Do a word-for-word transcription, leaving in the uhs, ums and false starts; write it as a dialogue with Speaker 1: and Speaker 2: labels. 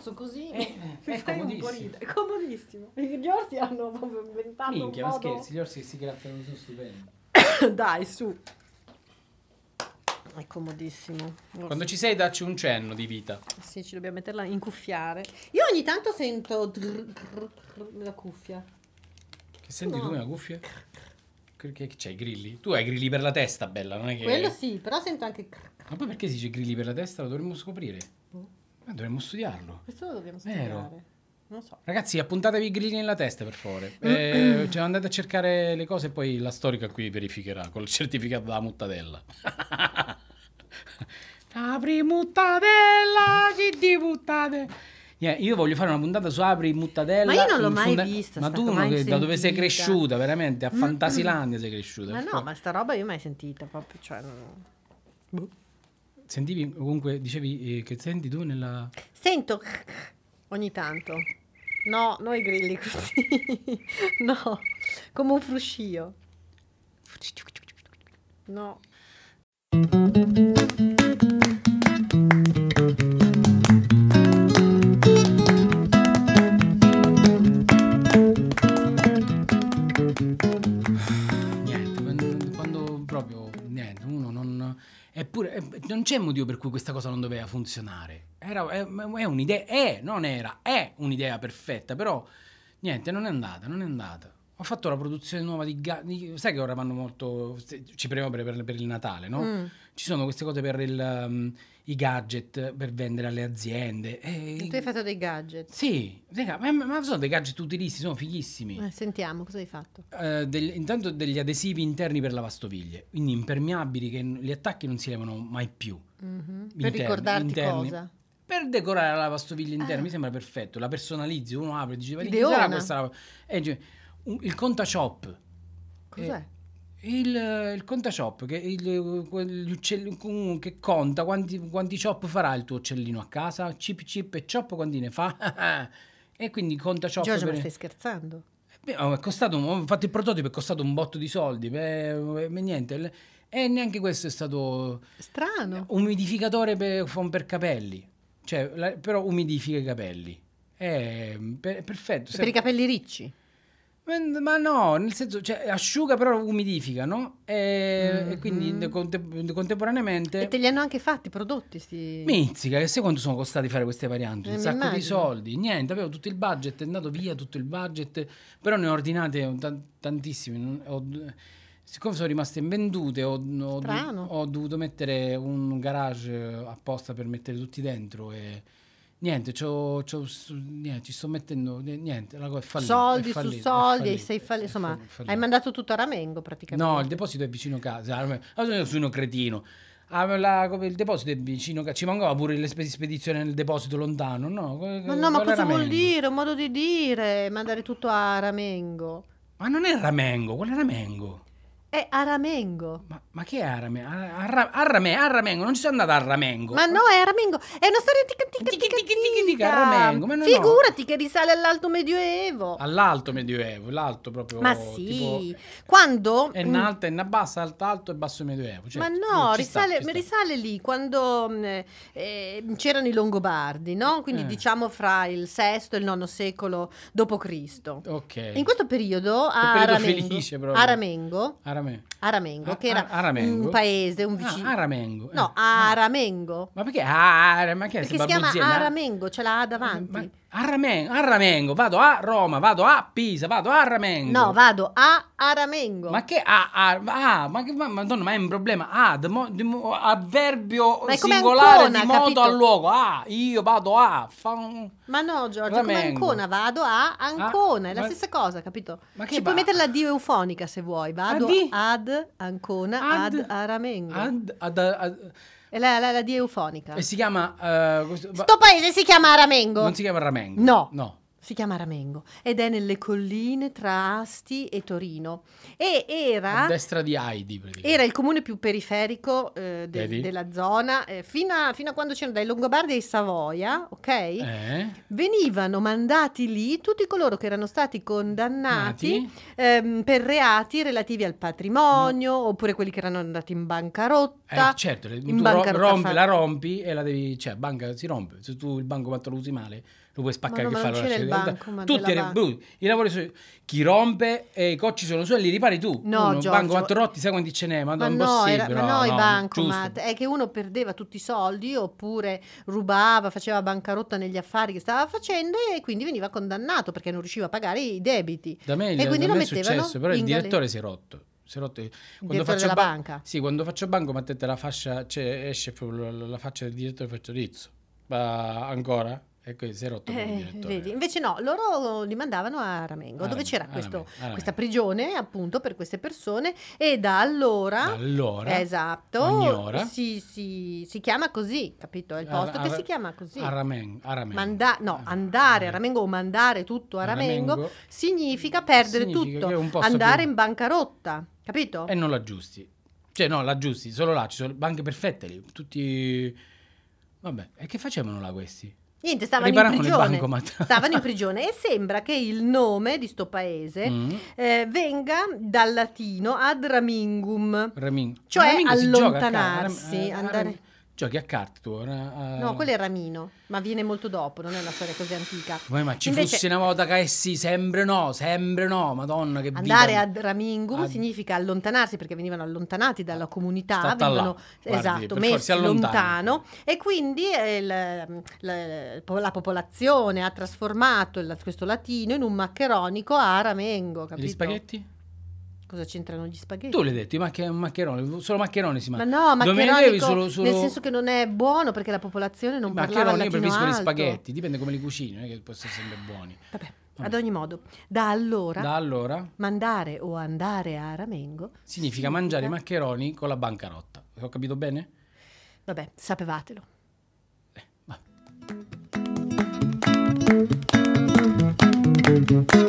Speaker 1: orso così
Speaker 2: Eh,
Speaker 1: mi
Speaker 2: è
Speaker 1: fai un po'
Speaker 2: comodissimo.
Speaker 1: ridere. È comodissimo. Gli orsi hanno proprio inventato
Speaker 2: Minchia,
Speaker 1: un
Speaker 2: ma
Speaker 1: modo...
Speaker 2: scherzi, gli orsi che si grattano sono stupendi.
Speaker 1: Dai, su. È comodissimo. Orsi.
Speaker 2: Quando ci sei dacci un cenno di vita.
Speaker 1: Sì, ci dobbiamo metterla in cuffiare. Io ogni tanto sento drr, drr, drr, la cuffia.
Speaker 2: Che senti
Speaker 1: No.
Speaker 2: tu una cuffia? Che, che c'hai i grilli? Tu hai i grilli per la testa, bella, non è che...
Speaker 1: Quello sì, però sento anche...
Speaker 2: Ma poi perché si dice grilli per la testa? Lo dovremmo scoprire.
Speaker 1: Boh.
Speaker 2: Ma dovremmo studiarlo.
Speaker 1: Questo lo dobbiamo
Speaker 2: Vero.
Speaker 1: studiare. Non so.
Speaker 2: Ragazzi, appuntatevi i grilli nella testa, per favore. Eh, cioè, andate a cercare le cose e poi la storica qui verificherà col certificato della muttadella. Apri muttadella, chi di muttate? Yeah, io voglio fare una puntata su Apri muttadella.
Speaker 1: Ma io non l'ho
Speaker 2: in
Speaker 1: mai
Speaker 2: fonda-
Speaker 1: vista,
Speaker 2: Ma
Speaker 1: sta
Speaker 2: tu
Speaker 1: cosa,
Speaker 2: non-
Speaker 1: mai
Speaker 2: da dove sei
Speaker 1: sentita.
Speaker 2: cresciuta, veramente? A Fantasilandia sei cresciuta.
Speaker 1: Ma no, ma sta roba io mai sentita proprio, cioè... non- Boh.
Speaker 2: Sentivi, comunque, dicevi eh, che senti tu nella...
Speaker 1: Sento ogni tanto. No, noi grilli così. No, come un fruscio. No.
Speaker 2: Niente, quando, quando proprio niente, uno non... Eppure eh, non c'è motivo per cui questa cosa non doveva funzionare. Era, è, è un'idea, è, non era, è un'idea perfetta, però niente, non è andata, non è andata. Ho fatto la produzione nuova di, ga- di sai che ora vanno molto, ci prepariamo per, per, per il Natale, no?
Speaker 1: Mm.
Speaker 2: Ci sono queste cose per il, um, i gadget per vendere alle aziende. E,
Speaker 1: Tu hai fatto dei gadget.
Speaker 2: sì, raga, ma, ma sono dei gadget utilissimi, sono fighissimi.
Speaker 1: Eh, sentiamo, cosa hai fatto?
Speaker 2: Eh, degli- intanto degli adesivi interni per lavastoviglie, quindi impermeabili che n- gli attacchi non si levano mai più.
Speaker 1: Mhm. Per
Speaker 2: Interni-
Speaker 1: ricordarti
Speaker 2: interni.
Speaker 1: cosa?
Speaker 2: Per decorare la lavastoviglie interna
Speaker 1: Ah.
Speaker 2: mi sembra perfetto, la personalizzi, uno apre e dice "Ma di chi
Speaker 1: Ideona.
Speaker 2: sarà questa lava-" e dice, un- il conta shop.
Speaker 1: Cos'è?
Speaker 2: Il, il conta shop che il, quegli uccelli, un- che conta quanti, quanti chop farà il tuo uccellino a casa, chip chip e chop quanti ne fa e quindi conta chop
Speaker 1: Giorgio,
Speaker 2: per-
Speaker 1: ma stai scherzando?
Speaker 2: Beh, oh, è costato, un- ho fatto il prototipo, è costato un botto di soldi, beh, beh, niente, le- e neanche questo è stato
Speaker 1: Strano.
Speaker 2: umidificatore per, fon per capelli, cioè, la- però umidifica i capelli, è per- perfetto.
Speaker 1: Per i capelli ricci.
Speaker 2: Ma, ma no, nel senso, cioè, asciuga però umidifica, no? E, e quindi
Speaker 1: Mhm.
Speaker 2: de- conte- contemporaneamente...
Speaker 1: E te li hanno anche fatti, prodotti, sti...
Speaker 2: Mizzica, che sai quanto sono costati fare queste varianti?
Speaker 1: Eh,
Speaker 2: Un
Speaker 1: mi
Speaker 2: sacco di
Speaker 1: immagino.
Speaker 2: soldi, niente, avevo tutto il budget, è andato via tutto il budget, però ne ho ordinate tan- tantissime. non- ho- siccome sono rimaste invendute, ho, ho du-
Speaker 1: Strano.
Speaker 2: ho dovuto mettere un garage apposta per mettere tutti dentro e niente, c'ho, c'ho- niente, ci sto mettendo niente, la cosa è fallita.
Speaker 1: soldi
Speaker 2: è
Speaker 1: su
Speaker 2: fallita, è
Speaker 1: soldi,
Speaker 2: fallita,
Speaker 1: sei falli-
Speaker 2: è
Speaker 1: insomma,
Speaker 2: fall- fallita.
Speaker 1: hai mandato tutto a Ramengo praticamente.
Speaker 2: No, il deposito è vicino casa. Ah, sono cretino. Ah, la- come il deposito è vicino casa. Ci mancava pure le spese di spedizione nel deposito lontano. No,
Speaker 1: Ma no, ma cosa vuol dire? Un modo di dire, mandare tutto a Ramengo.
Speaker 2: Ma non è Ramengo, qual è Ramengo?
Speaker 1: È a Ramengo.
Speaker 2: Ma, ma che è a Ramengo? A, a, Ra- a Rame- a Ramengo, non ci sono andata a Ramengo.
Speaker 1: Ma no, è a Ramengo. È una storia antica, antica,
Speaker 2: Tica,
Speaker 1: antica,
Speaker 2: tica, tica, tica,
Speaker 1: antica.
Speaker 2: a Ramengo, ma no, no.
Speaker 1: Figurati che risale all'alto medioevo.
Speaker 2: All'alto medioevo, l'alto proprio.
Speaker 1: Ma sì,
Speaker 2: tipo,
Speaker 1: quando...
Speaker 2: è in alto, è in bassa, alto, alto e basso medioevo. Certo.
Speaker 1: Ma no,
Speaker 2: Ci sta,
Speaker 1: risale,
Speaker 2: ci sta.
Speaker 1: risale lì quando mh, eh, c'erano i Longobardi, no? Quindi
Speaker 2: Eh.
Speaker 1: diciamo fra il sesto e il nono secolo dopo Cristo.
Speaker 2: Ok.
Speaker 1: In questo periodo a
Speaker 2: periodo
Speaker 1: Ramengo,
Speaker 2: felice proprio.
Speaker 1: a Ramengo,
Speaker 2: A Ramengo.
Speaker 1: a Ramengo,
Speaker 2: A-
Speaker 1: che era
Speaker 2: a- a Ramengo?
Speaker 1: un paese, un vicino.
Speaker 2: Ah, a Ramengo.
Speaker 1: No,
Speaker 2: eh.
Speaker 1: a
Speaker 2: Ah.
Speaker 1: Ramengo.
Speaker 2: Ma perché? Ah, ma che
Speaker 1: Perché
Speaker 2: sei
Speaker 1: si chiama
Speaker 2: babuziella?
Speaker 1: a Ramengo, c'è la A davanti.
Speaker 2: Ma- a Ramengo, a Ramengo, vado a Roma, vado a Pisa, vado a Ramengo.
Speaker 1: No, vado a a Ramengo.
Speaker 2: Ma che a, a, ah, ma che ma, madonna, ma è un problema. Ah, de mo- de mo- avverbio
Speaker 1: Ma è come
Speaker 2: singolare
Speaker 1: Ancona,
Speaker 2: di modo
Speaker 1: capito?
Speaker 2: al luogo. Ah, io vado a fa un-
Speaker 1: Ma no, Giorgio, come
Speaker 2: Ramengo.
Speaker 1: Ancona, vado a Ancona,
Speaker 2: Ah,
Speaker 1: è la
Speaker 2: ma-
Speaker 1: stessa cosa, capito?
Speaker 2: ma che
Speaker 1: Ci puoi
Speaker 2: va-
Speaker 1: mettere la D eufonica se vuoi, vado
Speaker 2: A D?
Speaker 1: ad Ancona, ad,
Speaker 2: Ad-
Speaker 1: a Ramengo.
Speaker 2: ad- ad- ad-
Speaker 1: È la, la, la D eufonica.
Speaker 2: e si chiama eh, questo- va-
Speaker 1: Sto paese si chiama Ramengo.
Speaker 2: non si chiama Ramengo.
Speaker 1: No.
Speaker 2: No.
Speaker 1: Si chiama Aramengo ed è nelle colline tra Asti e Torino e era
Speaker 2: a destra di Heidi praticamente.
Speaker 1: Era il comune più periferico eh, de- della zona eh, fino, a, fino a quando c'erano dai Longobardi ai Savoia, ok?
Speaker 2: Eh?
Speaker 1: Venivano mandati lì tutti coloro che erano stati condannati
Speaker 2: Nati?
Speaker 1: ehm, per reati relativi al patrimonio oppure quelli che erano andati in bancarotta.
Speaker 2: Eh, certo, le-
Speaker 1: in
Speaker 2: tu ro-
Speaker 1: bancarotta
Speaker 2: rompi,
Speaker 1: fa-
Speaker 2: la rompi e la devi, cioè banca si rompe, se tu il bancomat lo usi male lo puoi spaccare,
Speaker 1: Ma no,
Speaker 2: che
Speaker 1: ma
Speaker 2: fa?
Speaker 1: non
Speaker 2: Lo
Speaker 1: c'era il
Speaker 2: lasci-
Speaker 1: bancomat
Speaker 2: tutti
Speaker 1: della
Speaker 2: eri-
Speaker 1: banca.
Speaker 2: bu- i lavori sono, chi rompe e i cocci sono su e li ripari tu.
Speaker 1: No,
Speaker 2: Uno,
Speaker 1: Giorgio.
Speaker 2: bancomat rotti, sai quanti ce n'è?
Speaker 1: Ma
Speaker 2: Madonna,
Speaker 1: no, era,
Speaker 2: impossibile.
Speaker 1: ma no,
Speaker 2: no,
Speaker 1: i
Speaker 2: no,
Speaker 1: bancomat,
Speaker 2: giusto.
Speaker 1: è che uno perdeva tutti i soldi oppure rubava, faceva bancarotta negli affari che stava facendo e quindi veniva condannato perché non riusciva a pagare i debiti.
Speaker 2: Da me,
Speaker 1: E
Speaker 2: da
Speaker 1: quindi
Speaker 2: me
Speaker 1: lo
Speaker 2: è
Speaker 1: mettevano
Speaker 2: successo, però il
Speaker 1: in galera.
Speaker 2: direttore si è rotto. Si è rotto. Quando
Speaker 1: direttore
Speaker 2: faccio
Speaker 1: della
Speaker 2: ba-
Speaker 1: banca?
Speaker 2: Sì, quando faccio bancomat te la fascia, cioè, esce proprio la, la faccia del direttore e faccio rizzo. Ma ancora? E quindi si è rotto proprio il
Speaker 1: Eh,
Speaker 2: direttore.
Speaker 1: vedi, invece no, loro li mandavano a Ramengo, dove
Speaker 2: Aramengo,
Speaker 1: c'era questo-
Speaker 2: Aramengo, Aramengo.
Speaker 1: questa prigione appunto per queste persone e da allora,
Speaker 2: Allora,
Speaker 1: esatto,
Speaker 2: ogni ora,
Speaker 1: si, si, si chiama così, capito? È il posto
Speaker 2: Ara-
Speaker 1: che
Speaker 2: Ara-
Speaker 1: si chiama così.
Speaker 2: Aramen, Aramengo.
Speaker 1: Manda- no,
Speaker 2: Eh,
Speaker 1: andare a
Speaker 2: eh,
Speaker 1: Ramengo o mandare tutto a Ramengo
Speaker 2: Aramengo
Speaker 1: significa perdere
Speaker 2: significa
Speaker 1: tutto,
Speaker 2: che è un posto
Speaker 1: andare
Speaker 2: più-
Speaker 1: in bancarotta, capito?
Speaker 2: E non l'aggiusti. Cioè, no, l'aggiusti, solo là, ci sono banche perfette lì, tutti... Vabbè, e che facevano là questi?
Speaker 1: Niente, stavano in
Speaker 2: Riparavano i
Speaker 1: prigione.
Speaker 2: bancomat.
Speaker 1: Stavano in prigione e sembra che il nome di sto paese
Speaker 2: Mm.
Speaker 1: eh, venga dal latino ad ramingum,
Speaker 2: Ramin-
Speaker 1: cioè
Speaker 2: Ramingo si gioca a ca-
Speaker 1: allontanarsi,
Speaker 2: Ram- eh,
Speaker 1: andare...
Speaker 2: Ram- Giochi a carte tu? eh, eh.
Speaker 1: No, quello è Ramino, ma viene molto dopo, non è una storia così antica.
Speaker 2: Come, ma ci
Speaker 1: Invece-
Speaker 2: fosse una volta che eh sì, sempre no, sempre no, madonna che
Speaker 1: Andare
Speaker 2: vita.
Speaker 1: ad Ramingum
Speaker 2: Ad-
Speaker 1: significa allontanarsi perché venivano allontanati dalla comunità,
Speaker 2: Stata là.
Speaker 1: venivano
Speaker 2: Guardi,
Speaker 1: esatto,
Speaker 2: per forza,
Speaker 1: messi
Speaker 2: si allontani.
Speaker 1: lontano e quindi eh, il- la, la popolazione ha trasformato il- questo latino in un maccheronico a Ramengo,
Speaker 2: E
Speaker 1: capito?
Speaker 2: gli spaghetti?
Speaker 1: Cosa c'entrano gli spaghetti?
Speaker 2: Tu l'hai detto, i macche- maccheroni, solo maccheroni si
Speaker 1: Ma
Speaker 2: mangiano.
Speaker 1: no,
Speaker 2: Domenicali
Speaker 1: maccheronico
Speaker 2: solo- solo-
Speaker 1: nel senso che non è buono perché la popolazione non
Speaker 2: I
Speaker 1: parlava il
Speaker 2: maccheroni, io
Speaker 1: latino
Speaker 2: preferisco gli
Speaker 1: alto.
Speaker 2: spaghetti, dipende come li cucini, non è che possono essere sempre buoni.
Speaker 1: Vabbè,
Speaker 2: Vabbè.
Speaker 1: ad ogni modo, da allora
Speaker 2: Da allora
Speaker 1: mandare o andare a Ramengo
Speaker 2: significa mangiare i maccheroni con la bancarotta. Ho capito bene?
Speaker 1: Vabbè, sapevatelo.
Speaker 2: Eh, va.